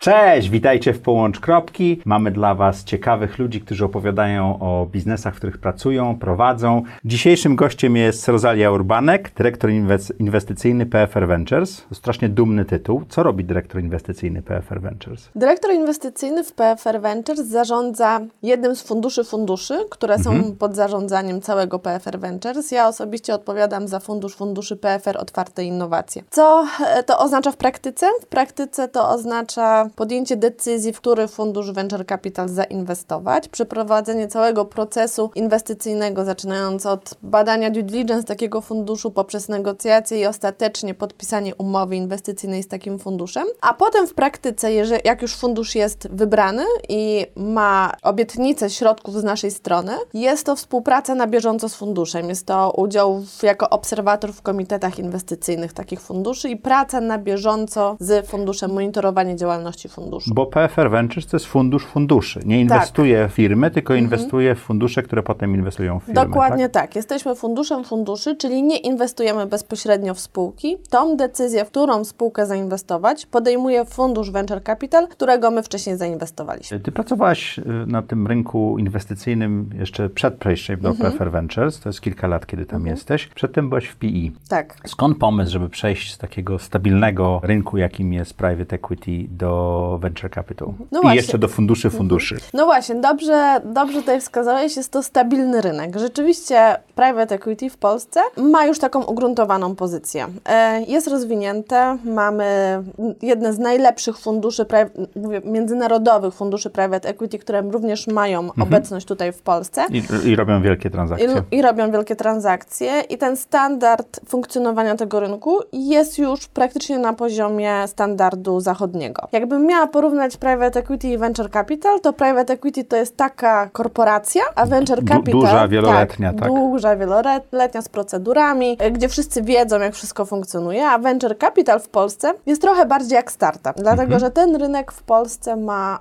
Cześć, witajcie w Połącz Kropki. Mamy dla Was ciekawych ludzi, którzy opowiadają o biznesach, w których pracują, prowadzą. Dzisiejszym gościem jest Rosalia Urbanek, dyrektor inwestycyjny PFR Ventures. To strasznie dumny tytuł. Co robi dyrektor inwestycyjny PFR Ventures? Dyrektor inwestycyjny w PFR Ventures zarządza jednym z funduszy, które są pod zarządzaniem całego PFR Ventures. Ja osobiście odpowiadam za funduszy PFR Otwarte Innowacje. Co to oznacza w praktyce? W praktyce to oznacza podjęcie decyzji, w który fundusz Venture Capital zainwestować, przeprowadzenie całego procesu inwestycyjnego, zaczynając od badania due diligence takiego funduszu poprzez negocjacje i ostatecznie podpisanie umowy inwestycyjnej z takim funduszem. A potem w praktyce, jak już fundusz jest wybrany i ma obietnicę środków z naszej strony, jest to współpraca na bieżąco z funduszem. Jest to udział jako obserwator w komitetach inwestycyjnych takich funduszy i praca na bieżąco z funduszem, monitorowanie działalności funduszu. Bo PFR Ventures to jest fundusz funduszy. Nie inwestuje w firmy, tylko inwestuje w fundusze, które potem inwestują w firmy. Dokładnie tak. Jesteśmy funduszem funduszy, czyli nie inwestujemy bezpośrednio w spółki. Tą decyzję, w którą spółkę zainwestować, podejmuje fundusz Venture Capital, którego my wcześniej zainwestowaliśmy. Ty pracowałaś na tym rynku inwestycyjnym jeszcze przed przejściem do PFR Ventures. To jest kilka lat, kiedy tam jesteś. Przedtem byłaś w PE. Tak. Skąd pomysł, żeby przejść z takiego stabilnego rynku, jakim jest private equity, do venture capital? No I właśnie. jeszcze do funduszy. No właśnie, dobrze tutaj wskazałeś, jest to stabilny rynek. Rzeczywiście private equity w Polsce ma już taką ugruntowaną pozycję. Jest rozwinięte, mamy jedne z najlepszych funduszy, międzynarodowych funduszy private equity, które również mają obecność tutaj w Polsce. I robią wielkie transakcje. I robią wielkie transakcje i ten standard funkcjonowania tego rynku jest już praktycznie na poziomie standardu zachodniego. Jakbym miała porównać private equity i venture capital, to private equity to jest taka korporacja, a venture capital... Duża, wieloletnia, tak. Duża, wieloletnia z procedurami, gdzie wszyscy wiedzą, jak wszystko funkcjonuje, a venture capital w Polsce jest trochę bardziej jak startup, dlatego że ten rynek w Polsce ma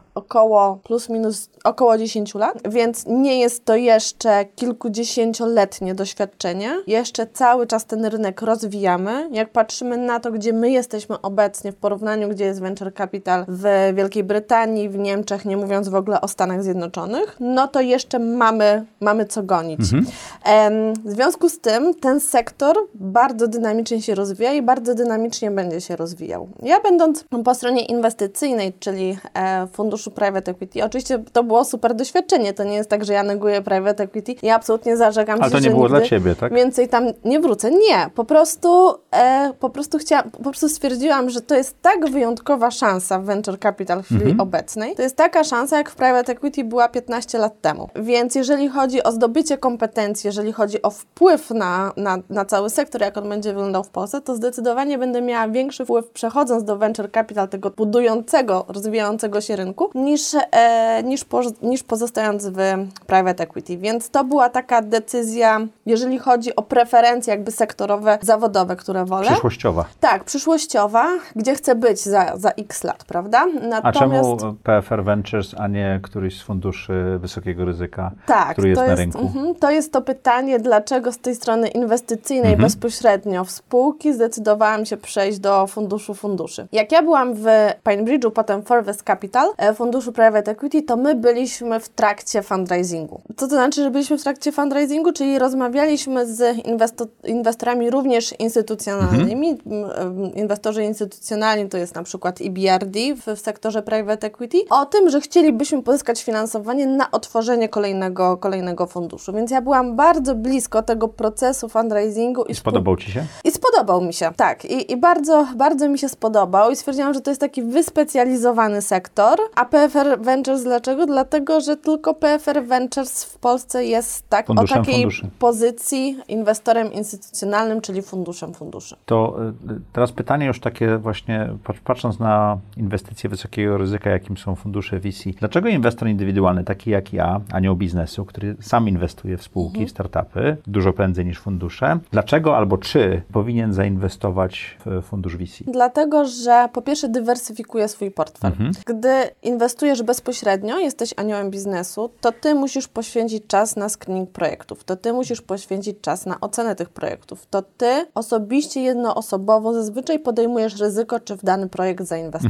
około 10 lat, więc nie jest to jeszcze kilkudziesięcioletnie doświadczenie. Jeszcze cały czas ten rynek rozwijamy. Jak patrzymy na to, gdzie my jesteśmy obecnie w porównaniu, gdzie jest venture capital w Wielkiej Brytanii, w Niemczech, nie mówiąc w ogóle o Stanach Zjednoczonych, no to jeszcze mamy co gonić. W związku z tym ten sektor bardzo dynamicznie się rozwija i bardzo dynamicznie będzie się rozwijał. Ja będąc po stronie inwestycyjnej, czyli funduszu private equity, oczywiście to było super doświadczenie. To nie jest tak, że ja neguję private equity. Ja absolutnie zarzekam się, ale to nie było dla Ciebie, tak? Więcej tam nie wrócę. Nie. Po prostu stwierdziłam, że to jest tak wyjątkowa szansa w venture capital w chwili obecnej. To jest taka szansa, jak w private equity była 15 lat temu. Więc jeżeli chodzi o zdobycie kompetencji, jeżeli chodzi o wpływ na cały sektor, jak on będzie wyglądał w Polsce, to zdecydowanie będę miała większy wpływ przechodząc do venture capital, tego budującego, rozwijającego się rynku, niż pozostając w private equity. Więc to była taka decyzja, jeżeli chodzi o preferencje jakby sektorowe, zawodowe, które wolę. Przyszłościowa. Tak, przyszłościowa, gdzie chcę być za x lat, prawda? A czemu PFR Ventures, a nie któryś z funduszy wysokiego ryzyka, który jest na rynku? To jest to pytanie, dlaczego z tej strony inwestycyjnej bezpośrednio w spółki zdecydowałam się przejść do funduszy. Jak ja byłam w PineBridge'u, potem Forvest Capital, funduszu private equity, to my byliśmy w trakcie fundraisingu. Co to znaczy, że byliśmy w trakcie fundraisingu? Czyli rozmawialiśmy z inwestorami również instytucjonalnymi. Inwestorzy instytucjonalni to jest na przykład EBRD w sektorze private equity, o tym, że chcielibyśmy pozyskać finansowanie na otworzenie kolejnego funduszu. Więc ja byłam bardzo blisko tego procesu fundraisingu. I spodobał Ci się? I spodobał mi się, tak. I bardzo mi się spodobał i stwierdziłam, że to jest taki wyspecjalizowany sektor. A PFR Ventures dlaczego? Dlatego, że tylko PFR Ventures w Polsce jest o takiej pozycji inwestorem instytucjonalnym, czyli funduszem funduszy. To teraz pytanie już takie właśnie, patrząc na inwestycje wysokiego ryzyka, jakim są fundusze VC. Dlaczego inwestor indywidualny, taki jak ja, anioł biznesu, który sam inwestuje w spółki, w startupy, dużo prędzej niż fundusze, dlaczego albo czy powinien zainwestować w fundusz VC? Dlatego, że po pierwsze dywersyfikuje swój portfel. Gdy inwestujesz bezpośrednio, jesteś aniołem biznesu, to ty musisz poświęcić czas na screening projektów, to ty musisz poświęcić czas na ocenę tych projektów, to ty osobiście, jednoosobowo zazwyczaj podejmujesz ryzyko, czy w dany projekt zainwestować. W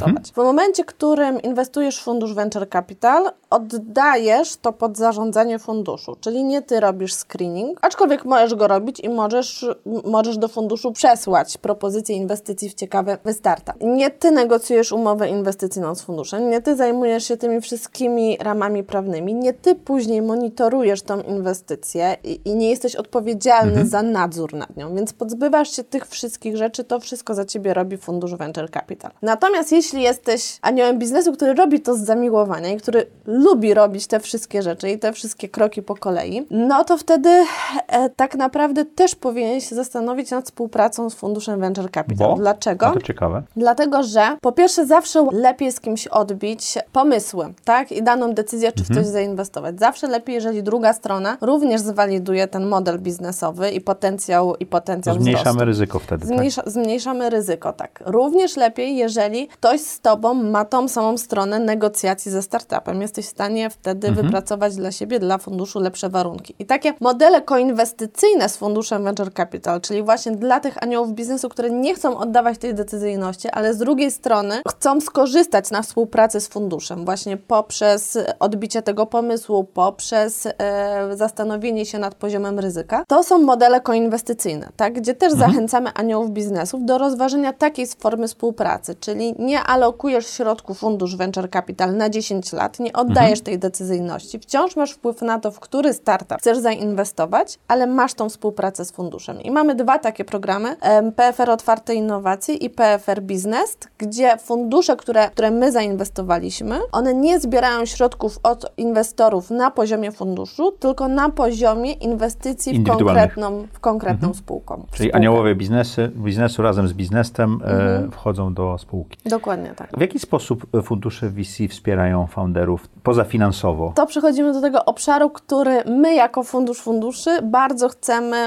momencie, w którym inwestujesz w fundusz Venture Capital, oddajesz to pod zarządzanie funduszu, czyli nie ty robisz screening, aczkolwiek możesz go robić i możesz do funduszu przesłać propozycje inwestycji w ciekawe startup. Nie ty negocjujesz umowę inwestycyjną z funduszem, nie ty zajmujesz się tymi wszystkimi ramami prawnymi, nie ty później monitorujesz tą inwestycję i nie jesteś odpowiedzialny za nadzór nad nią, więc pozbywasz się tych wszystkich rzeczy, to wszystko za ciebie robi fundusz Venture Capital. Natomiast jeśli jesteś aniołem biznesu, który robi to z zamiłowania i który lubi robić te wszystkie rzeczy i te wszystkie kroki po kolei, no to wtedy tak naprawdę też powinien się zastanowić nad współpracą z funduszem Venture Capital. Bo? Dlaczego? No to ciekawe. Dlatego, że po pierwsze zawsze lepiej z kimś odbić pomysły, tak? I daną decyzję, czy w coś zainwestować. Zawsze lepiej, jeżeli druga strona również zwaliduje ten model biznesowy i potencjał Zmniejszamy wzrostu. ryzyko wtedy, Zmniejszamy ryzyko, tak. Również lepiej, jeżeli ktoś z Tobą ma tą samą stronę negocjacji ze startupem. Jesteś w stanie wtedy wypracować dla siebie, dla funduszu lepsze warunki. I takie modele koinwestycyjne z funduszem Venture Capital, czyli właśnie dla tych aniołów biznesu, które nie chcą oddawać tej decyzyjności, ale z drugiej strony chcą skorzystać na współpracy z funduszem, właśnie poprzez odbicie tego pomysłu, poprzez zastanowienie się nad poziomem ryzyka. To są modele koinwestycyjne, tak? Gdzie też zachęcamy aniołów biznesów do rozważenia takiej formy współpracy, czyli nie alokujesz środków fundusz Venture Capital na 10 lat, nie oddajesz tej decyzyjności, wciąż masz wpływ na to, w który startup chcesz zainwestować, ale masz tą współpracę z funduszem. I mamy dwa takie programy, PFR Otwarte Innowacje i PFR Biznes, gdzie fundusze, które my zainwestowaliśmy, one nie zbierają środków od inwestorów na poziomie funduszu, tylko na poziomie inwestycji w konkretną spółkę. Czyli aniołowie biznesu razem z biznesem wchodzą do spółki. Dokładnie tak. W jaki sposób fundusze VC wspierają founderów pozafinansowo? To przechodzimy do tego obszaru, który my jako fundusz funduszy bardzo chcemy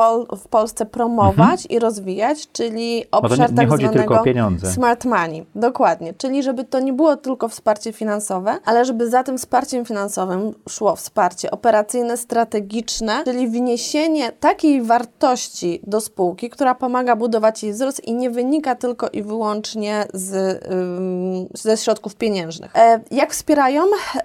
w Polsce promować i rozwijać, czyli obszar nie chodzi tylko o pieniądze. Smart Money. Dokładnie. Czyli żeby to nie było tylko wsparcie finansowe, ale żeby za tym wsparciem finansowym szło wsparcie operacyjne, strategiczne, czyli wniesienie takiej wartości do spółki, która pomaga budować jej wzrost i nie wynika tylko i wyłącznie ze środków pieniężnych. Jak wspierają?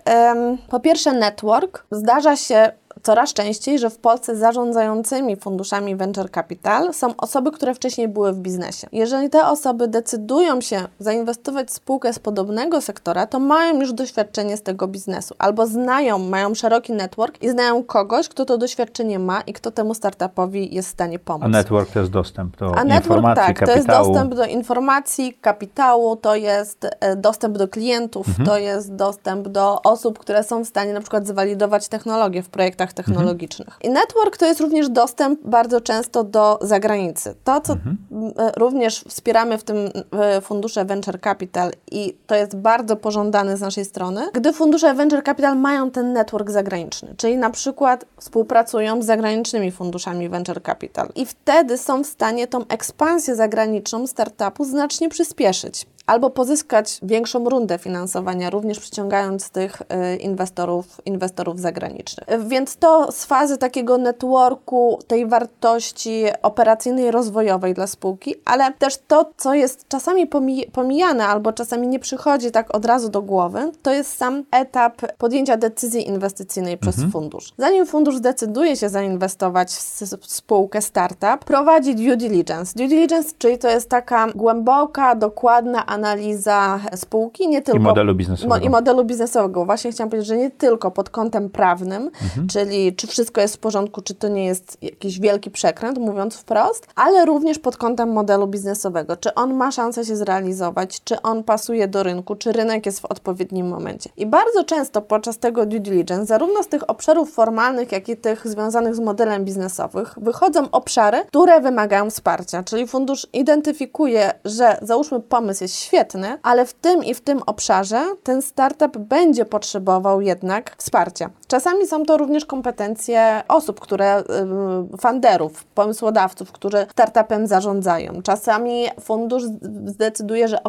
Po pierwsze network. Zdarza się coraz częściej, że w Polsce zarządzającymi funduszami Venture Capital są osoby, które wcześniej były w biznesie. Jeżeli te osoby decydują się zainwestować w spółkę z podobnego sektora, to mają już doświadczenie z tego biznesu, albo mają szeroki network i znają kogoś, kto to doświadczenie ma i kto temu startupowi jest w stanie pomóc. A network to jest dostęp do informacji, kapitału. To jest dostęp do informacji, kapitału, to jest dostęp do klientów, to jest dostęp do osób, które są w stanie na przykład zwalidować technologię w projektach technologicznych. I network to jest również dostęp bardzo często do zagranicy. To, co również wspieramy w tym fundusze Venture Capital i to jest bardzo pożądane z naszej strony, gdy fundusze Venture Capital mają ten network zagraniczny, czyli na przykład współpracują z zagranicznymi funduszami Venture Capital i wtedy są w stanie tą ekspansję zagraniczną startupu znacznie przyspieszyć. Albo pozyskać większą rundę finansowania, również przyciągając tych inwestorów zagranicznych. Więc to z fazy takiego networku, tej wartości operacyjnej, rozwojowej dla spółki, ale też to, co jest czasami pomijane, albo czasami nie przychodzi tak od razu do głowy, to jest sam etap podjęcia decyzji inwestycyjnej przez fundusz. Zanim fundusz zdecyduje się zainwestować w spółkę startup, prowadzi due diligence. Due diligence, czyli to jest taka głęboka, dokładna analiza spółki, nie tylko... I modelu biznesowego. Właśnie chciałam powiedzieć, że nie tylko pod kątem prawnym, czyli czy wszystko jest w porządku, czy to nie jest jakiś wielki przekręt, mówiąc wprost, ale również pod kątem modelu biznesowego. Czy on ma szansę się zrealizować, czy on pasuje do rynku, czy rynek jest w odpowiednim momencie. I bardzo często podczas tego due diligence, zarówno z tych obszarów formalnych, jak i tych związanych z modelem biznesowym, wychodzą obszary, które wymagają wsparcia. Czyli fundusz identyfikuje, że załóżmy pomysł jest świetny, ale w tym obszarze ten startup będzie potrzebował jednak wsparcia. Czasami są to również kompetencje osób, founderów, pomysłodawców, którzy startupem zarządzają. Czasami fundusz zdecyduje, że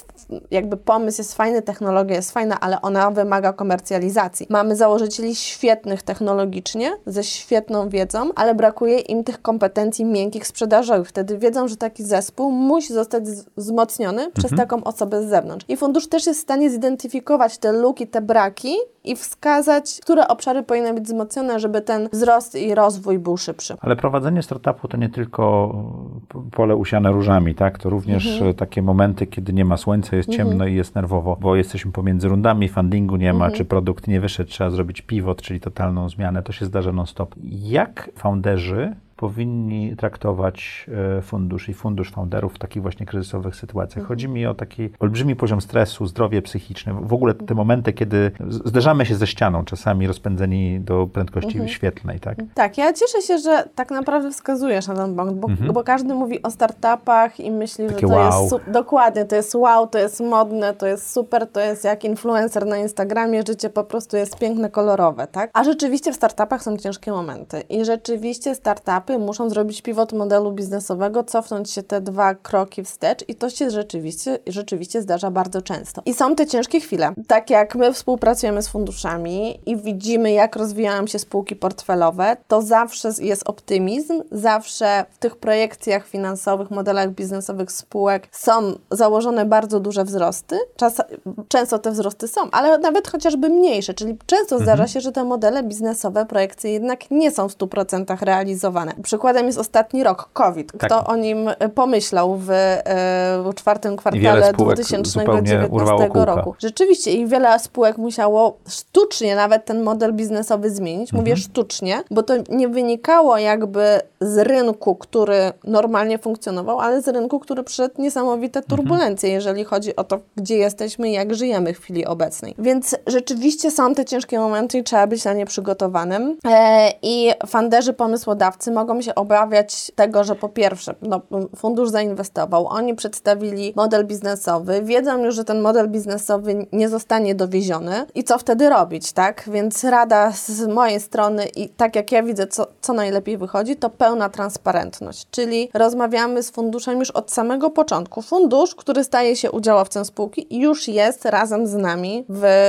jakby pomysł jest fajny, technologia jest fajna, ale ona wymaga komercjalizacji. Mamy założycieli świetnych technologicznie, ze świetną wiedzą, ale brakuje im tych kompetencji miękkich sprzedażowych. Wtedy wiedzą, że taki zespół musi zostać wzmocniony przez taką taką osobę z zewnątrz. I fundusz też jest w stanie zidentyfikować te luki, te braki i wskazać, które obszary powinny być wzmocnione, żeby ten wzrost i rozwój był szybszy. Ale prowadzenie startupu to nie tylko pole usiane różami, tak? To również takie momenty, kiedy nie ma słońca, jest ciemno i jest nerwowo, bo jesteśmy pomiędzy rundami, fundingu nie ma, czy produkt nie wyszedł, trzeba zrobić pivot, czyli totalną zmianę. To się zdarza non-stop. Jak founderzy powinni traktować fundusz i fundusz founderów w takich właśnie kryzysowych sytuacjach? Chodzi mi o taki olbrzymi poziom stresu, zdrowie psychiczne, w ogóle te momenty, kiedy zderzamy się ze ścianą, czasami rozpędzeni do prędkości świetlnej, tak? Tak, ja cieszę się, że tak naprawdę wskazujesz na ten punkt, bo każdy mówi o startupach i myśli, takie że to wow. jest dokładnie, to jest wow, to jest modne, to jest super, to jest jak influencer na Instagramie, życie po prostu jest piękne, kolorowe, tak? A rzeczywiście w startupach są ciężkie momenty i rzeczywiście startupy muszą zrobić pivot modelu biznesowego, cofnąć się te 2 kroki wstecz i to się rzeczywiście zdarza bardzo często. I są te ciężkie chwile. Tak jak my współpracujemy z funduszami i widzimy, jak rozwijają się spółki portfelowe, to zawsze jest optymizm, zawsze w tych projekcjach finansowych, modelach biznesowych spółek są założone bardzo duże wzrosty. Często te wzrosty są, ale nawet chociażby mniejsze, czyli często zdarza się, że te modele biznesowe, projekcje jednak nie są w 100% realizowane. Przykładem jest ostatni rok, COVID. Kto o nim pomyślał w czwartym kwartale 2019 roku. Rzeczywiście i wiele spółek musiało sztucznie nawet ten model biznesowy zmienić. Mówię sztucznie, bo to nie wynikało jakby z rynku, który normalnie funkcjonował, ale z rynku, który przeszedł niesamowite turbulencje, jeżeli chodzi o to, gdzie jesteśmy i jak żyjemy w chwili obecnej. Więc rzeczywiście są te ciężkie momenty i trzeba być na nie przygotowanym. I funderzy, pomysłodawcy mogą się obawiać tego, że po pierwsze, fundusz zainwestował, oni przedstawili model biznesowy, wiedzą już, że ten model biznesowy nie zostanie dowieziony i co wtedy robić, tak? Więc rada z mojej strony i tak jak ja widzę, co najlepiej wychodzi, to pełna transparentność, czyli rozmawiamy z funduszem już od samego początku. Fundusz, który staje się udziałowcem spółki, już jest razem z nami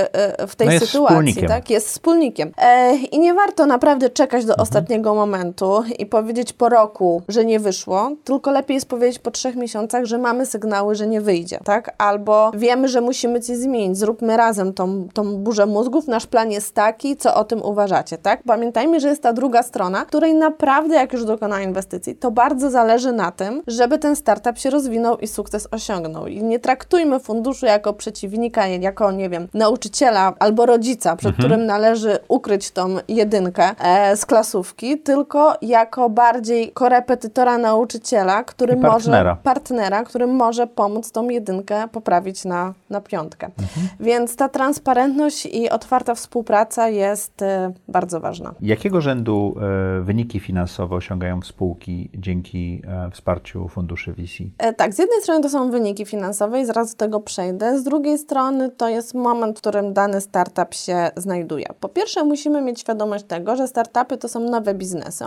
w tej sytuacji, tak? Jest wspólnikiem. I nie warto naprawdę czekać do ostatniego momentu i powiedzieć po roku, że nie wyszło, tylko lepiej jest powiedzieć po 3 miesiącach, że mamy sygnały, że nie wyjdzie, tak? Albo wiemy, że musimy coś zmienić, zróbmy razem tą burzę mózgów, nasz plan jest taki, co o tym uważacie, tak? Pamiętajmy, że jest ta druga strona, której naprawdę jak już dokona inwestycji, to bardzo zależy na tym, żeby ten startup się rozwinął i sukces osiągnął. I nie traktujmy funduszu jako przeciwnika, jako, nie wiem, nauczyciela albo rodzica, przed którym należy ukryć tą jedynkę z klasówki, tylko jako bardziej korepetytora nauczyciela, który partnera, który może pomóc tą jedynkę poprawić na 5. Więc ta transparentność i otwarta współpraca jest bardzo ważna. Jakiego rzędu wyniki finansowe osiągają spółki dzięki wsparciu funduszy VC? Tak, z jednej strony to są wyniki finansowe i zaraz do tego przejdę. Z drugiej strony to jest moment, w którym dany startup się znajduje. Po pierwsze musimy mieć świadomość tego, że startupy to są nowe biznesy.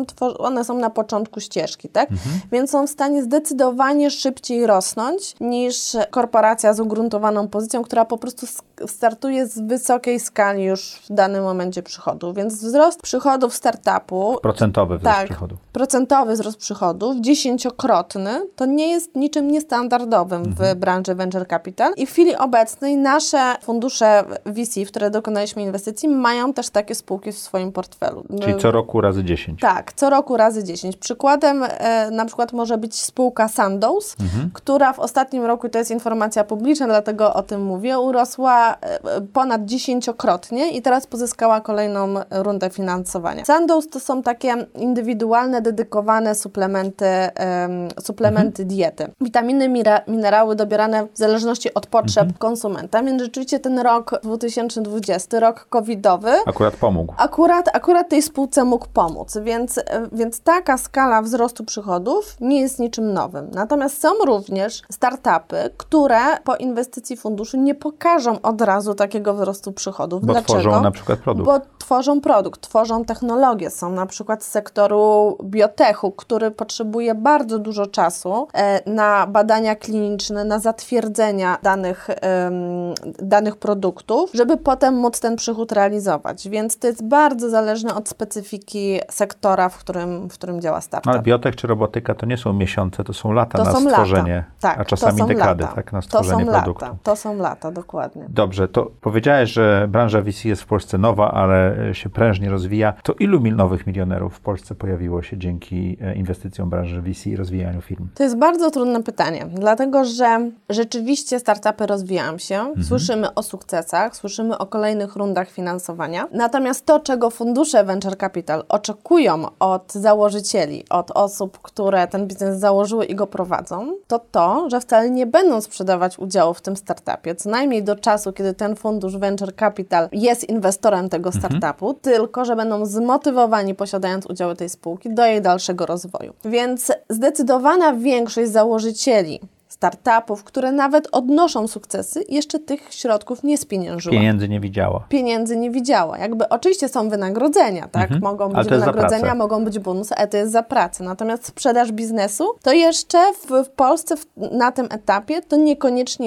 One są na początku ścieżki, tak? Więc są w stanie zdecydowanie szybciej rosnąć niż korporacja z ugruntowaną pozycją, która po prostu startuje z wysokiej skali już w danym momencie przychodów. Więc wzrost przychodów startupu... Procentowy wzrost przychodów. Procentowy wzrost przychodów, 10-krotny, to nie jest niczym niestandardowym w branży Venture Capital. I w chwili obecnej nasze fundusze VC, w które dokonaliśmy inwestycji, mają też takie spółki w swoim portfelu. Czyli co roku razy 10. Tak, co roku razy 10. Przykładem na przykład może być spółka Sandoz, która w ostatnim roku, to jest informacja publiczna, dlatego o tym mówię, urosła ponad 10-krotnie i teraz pozyskała kolejną rundę finansowania. Sandoz to są takie indywidualne, dedykowane suplementy diety. Witaminy, minerały dobierane w zależności od potrzeb konsumenta, więc rzeczywiście ten rok 2020, rok covidowy, akurat pomógł. Akurat tej spółce mógł pomóc, więc taka skala wzrostu przychodów nie jest niczym nowym. Natomiast są również startupy, które po inwestycji funduszu nie pokażą od od razu takiego wzrostu przychodów. Bo Dlaczego? tworzą na przykład produkt. Bo tworzą produkt, tworzą technologię. Są na przykład z sektoru biotechu, który potrzebuje bardzo dużo czasu na badania kliniczne, na zatwierdzenia danych produktów, żeby potem móc ten przychód realizować. Więc to jest bardzo zależne od specyfiki sektora, w którym działa startup. Ale biotech czy robotyka to nie są miesiące, to są lata To na są stworzenie, lata. Tak, a czasami to są dekady, lata. tak, na stworzenie produktu. To są lata, dokładnie. Dobrze, to powiedziałeś, że branża VC jest w Polsce nowa, ale się prężnie rozwija. To ilu nowych milionerów w Polsce pojawiło się dzięki inwestycjom branży VC i rozwijaniu firm? To jest bardzo trudne pytanie, dlatego że rzeczywiście startupy rozwijają się, słyszymy o sukcesach, słyszymy o kolejnych rundach finansowania, natomiast to, czego fundusze Venture Capital oczekują od założycieli, od osób, które ten biznes założyły i go prowadzą, to, że wcale nie będą sprzedawać udziału w tym startupie, co najmniej do czasu, kiedy ten fundusz Venture Capital jest inwestorem tego startupu, tylko że będą zmotywowani, posiadając udziały tej spółki, do jej dalszego rozwoju. Więc zdecydowana większość założycieli startupów, które nawet odnoszą sukcesy, jeszcze tych środków nie spieniężyła. Pieniędzy nie widziała. Jakby oczywiście są wynagrodzenia, tak? Mogą być wynagrodzenia, mogą być bonusy, ale to jest za pracę. Natomiast sprzedaż biznesu, to jeszcze w Polsce na tym etapie to niekoniecznie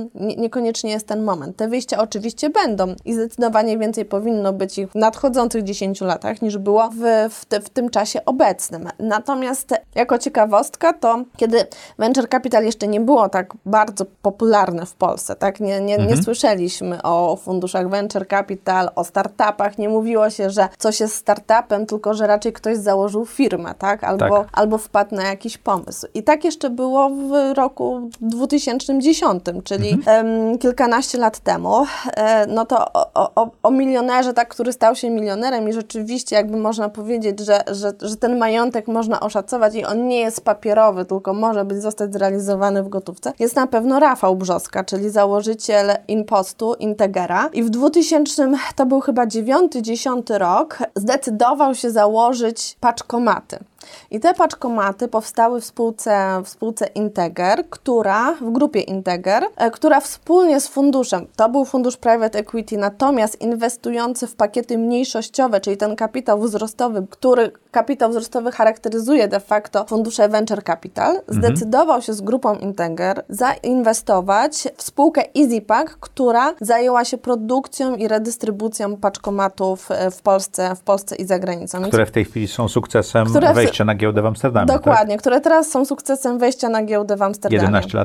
jest ten moment. Te wyjścia oczywiście będą i zdecydowanie więcej powinno być ich w nadchodzących 10 latach, niż było w tym czasie obecnym. Natomiast jako ciekawostka to, kiedy Venture Capital jeszcze nie było tak bardzo popularne w Polsce, tak? Nie słyszeliśmy o funduszach Venture Capital, o startupach, nie mówiło się, że coś jest startupem, tylko że raczej ktoś założył firmę, tak? Albo wpadł na jakiś pomysł. I tak jeszcze było w roku 2010, czyli kilkanaście lat temu. No to o milionerze, tak, który stał się milionerem i rzeczywiście jakby można powiedzieć, że ten majątek można oszacować i on nie jest papierowy, tylko może zostać zrealizowany w gotówce, jest na pewno Rafał Brzoska, czyli założyciel Impostu, Integera. I w 2000, to był chyba 9-10 rok, zdecydował się założyć paczkomaty. I te paczkomaty powstały w spółce Integer, w grupie Integer, która wspólnie z funduszem, to był fundusz private equity, natomiast inwestujący w pakiety mniejszościowe, czyli ten kapitał wzrostowy, który kapitał wzrostowy charakteryzuje de facto fundusze Venture Capital, zdecydował się z grupą Integer zainwestować w spółkę EasyPack, która zajęła się produkcją i redystrybucją paczkomatów w Polsce i za granicą. Które w tej chwili są sukcesem wejścia na giełdę w Amsterdamie. Dokładnie, tak? które teraz są sukcesem wejścia na giełdę w Amsterdamie.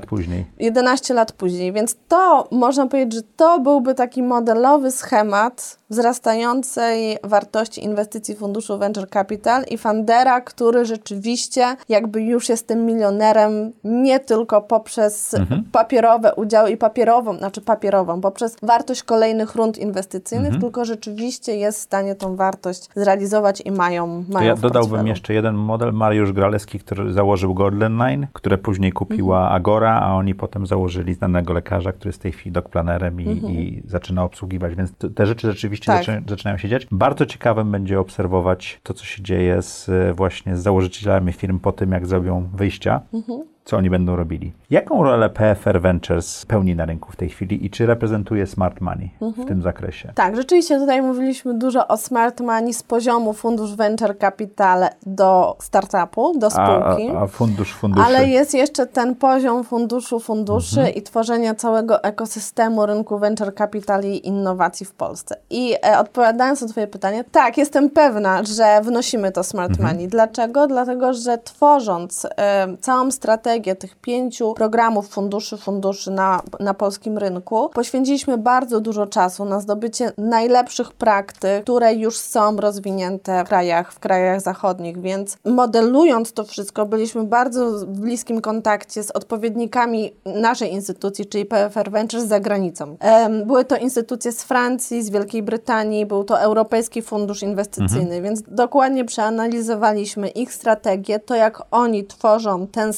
11 lat później. Więc to, można powiedzieć, że to byłby taki modelowy schemat wzrastającej wartości inwestycji funduszu Venture Capital i fundera, który rzeczywiście jakby już jest tym milionerem nie tylko poprzez papierowe udziały i poprzez wartość kolejnych rund inwestycyjnych, tylko rzeczywiście jest w stanie tą wartość zrealizować i mają to ja dodałbym jeszcze jeden model, Mariusz Gralewski, który założył Golden Line, które później kupiła Agora, a oni potem założyli znanego lekarza, który jest w tej chwili dokplanerem i zaczyna obsługiwać, więc te rzeczy rzeczywiście zaczynają się dziać. Bardzo ciekawym będzie obserwować to, co się dzieje właśnie z założycielami firm po tym, jak zrobią wyjścia. Co oni będą robili. Jaką rolę PFR Ventures pełni na rynku w tej chwili i czy reprezentuje smart money w tym zakresie? Tak, rzeczywiście tutaj mówiliśmy dużo o smart money z poziomu fundusz Venture Capital do startupu, do spółki. A funduszy. Ale jest jeszcze ten poziom funduszy i tworzenia całego ekosystemu rynku Venture Capital i innowacji w Polsce. I odpowiadając na Twoje pytanie, tak, jestem pewna, że wnosimy to smart money. Dlaczego? Dlatego, że tworząc całą strategię tych 5 programów funduszy na polskim rynku, poświęciliśmy bardzo dużo czasu na zdobycie najlepszych praktyk, które już są rozwinięte w krajach zachodnich, więc modelując to wszystko, byliśmy bardzo w bliskim kontakcie z odpowiednikami naszej instytucji, czyli PFR Ventures za granicą. Były to instytucje z Francji, z Wielkiej Brytanii, był to Europejski Fundusz Inwestycyjny, więc dokładnie przeanalizowaliśmy ich strategię, to jak oni tworzą ten sektor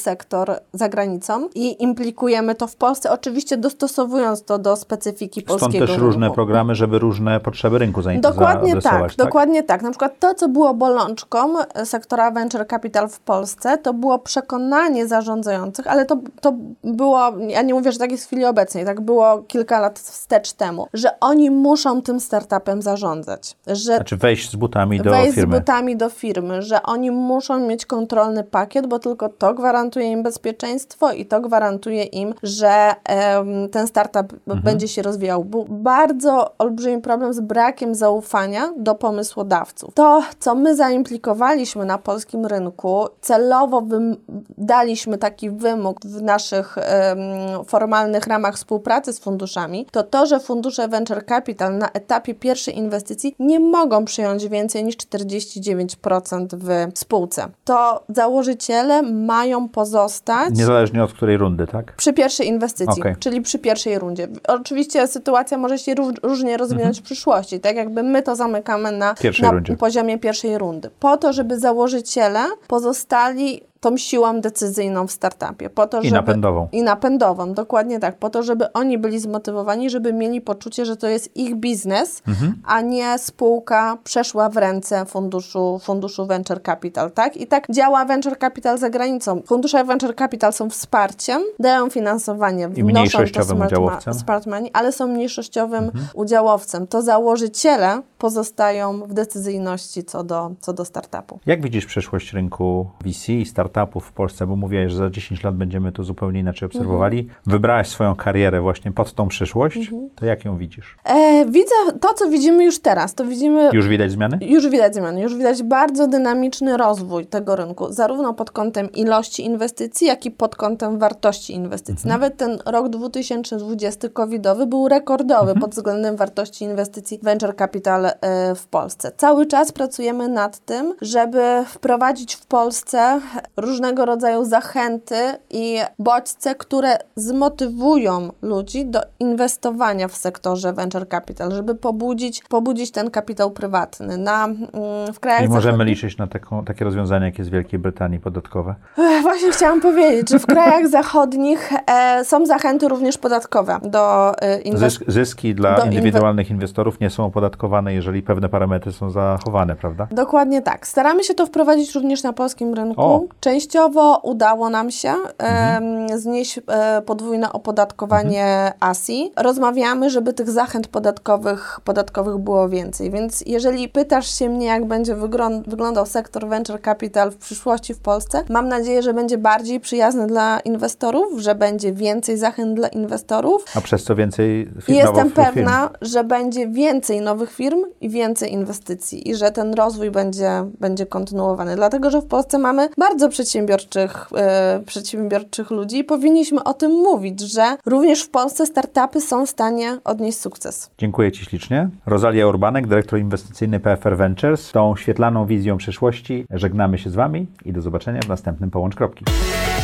sektor za granicą i implikujemy to w Polsce, oczywiście dostosowując to do specyfiki polskiego Stąd też rynku. różne programy, żeby różne potrzeby rynku Dokładnie zaadresować, tak, dokładnie tak. Na przykład to, co było bolączką sektora venture capital w Polsce, to było przekonanie zarządzających, ale to było, ja nie mówię, że tak jest w chwili obecnej, tak było kilka lat wstecz temu, że oni muszą tym startupem zarządzać. Że Znaczy wejść z butami do wejść firmy. z butami do firmy, że oni muszą mieć kontrolny pakiet, bo tylko to gwarantuje im bezpieczeństwo i to gwarantuje im, że ten startup będzie się rozwijał. Był bardzo olbrzymi problem z brakiem zaufania do pomysłodawców. To, co my zaimplikowaliśmy na polskim rynku, celowo daliśmy taki wymóg w naszych formalnych ramach współpracy z funduszami, to, że fundusze venture capital na etapie pierwszej inwestycji nie mogą przyjąć więcej niż 49% w spółce. To założyciele mają pozostać Niezależnie od której rundy, tak? przy pierwszej inwestycji, Okej. czyli przy pierwszej rundzie. Oczywiście sytuacja może się różnie rozwinąć w przyszłości, tak jakby my to zamykamy na rundzie. poziomie pierwszej rundy. Po to, żeby założyciele pozostali tą siłą decyzyjną w startupie. Po to, I napędową. I napędową, dokładnie tak. Po to, żeby oni byli zmotywowani, żeby mieli poczucie, że to jest ich biznes, a nie spółka przeszła w ręce funduszu venture capital, tak? I tak działa venture capital za granicą. Fundusze venture capital są wsparciem, dają finansowanie, I mniejszościowym udziałowcem. smart money, ale są mniejszościowym udziałowcem. To założyciele pozostają w decyzyjności co do startupu. Jak widzisz przyszłość rynku VC i startupów w Polsce? Bo mówiłaś, że za 10 lat będziemy to zupełnie inaczej obserwowali. Wybrałaś swoją karierę właśnie pod tą przyszłość. To jak ją widzisz? Widzę to, co widzimy już teraz. To widzimy... Już widać zmiany? Już widać zmiany. Już widać bardzo dynamiczny rozwój tego rynku, zarówno pod kątem ilości inwestycji, jak i pod kątem wartości inwestycji. Nawet ten rok 2020 covidowy był rekordowy pod względem wartości inwestycji venture capital w Polsce. Cały czas pracujemy nad tym, żeby wprowadzić w Polsce różnego rodzaju zachęty i bodźce, które zmotywują ludzi do inwestowania w sektorze venture capital, żeby pobudzić ten kapitał prywatny. W krajach I możemy zachodnich... liczyć na takie rozwiązania, jak jest w Wielkiej Brytanii podatkowe. Właśnie chciałam powiedzieć, że w krajach zachodnich są zachęty również podatkowe do inwestycji. Zyski dla indywidualnych inwestorów nie są opodatkowane, jeżeli pewne parametry są zachowane, prawda? Dokładnie tak. Staramy się to wprowadzić również na polskim rynku. Częściowo udało nam się znieść podwójne opodatkowanie ASI. Rozmawiamy, żeby tych zachęt podatkowych było więcej. Więc jeżeli pytasz się mnie, jak będzie wyglądał sektor venture capital w przyszłości w Polsce, mam nadzieję, że będzie bardziej przyjazny dla inwestorów, że będzie więcej zachęt dla inwestorów. A przez co więcej firm? Jestem pewna, że będzie więcej nowych firm i więcej inwestycji i że ten rozwój będzie kontynuowany. Dlatego, że w Polsce mamy bardzo przedsiębiorczych ludzi i powinniśmy o tym mówić, że również w Polsce startupy są w stanie odnieść sukces. Dziękuję Ci ślicznie. Rosalia Urbanek, dyrektor inwestycyjny PFR Ventures. Z tą świetlaną wizją przyszłości żegnamy się z Wami i do zobaczenia w następnym Połącz Kropki.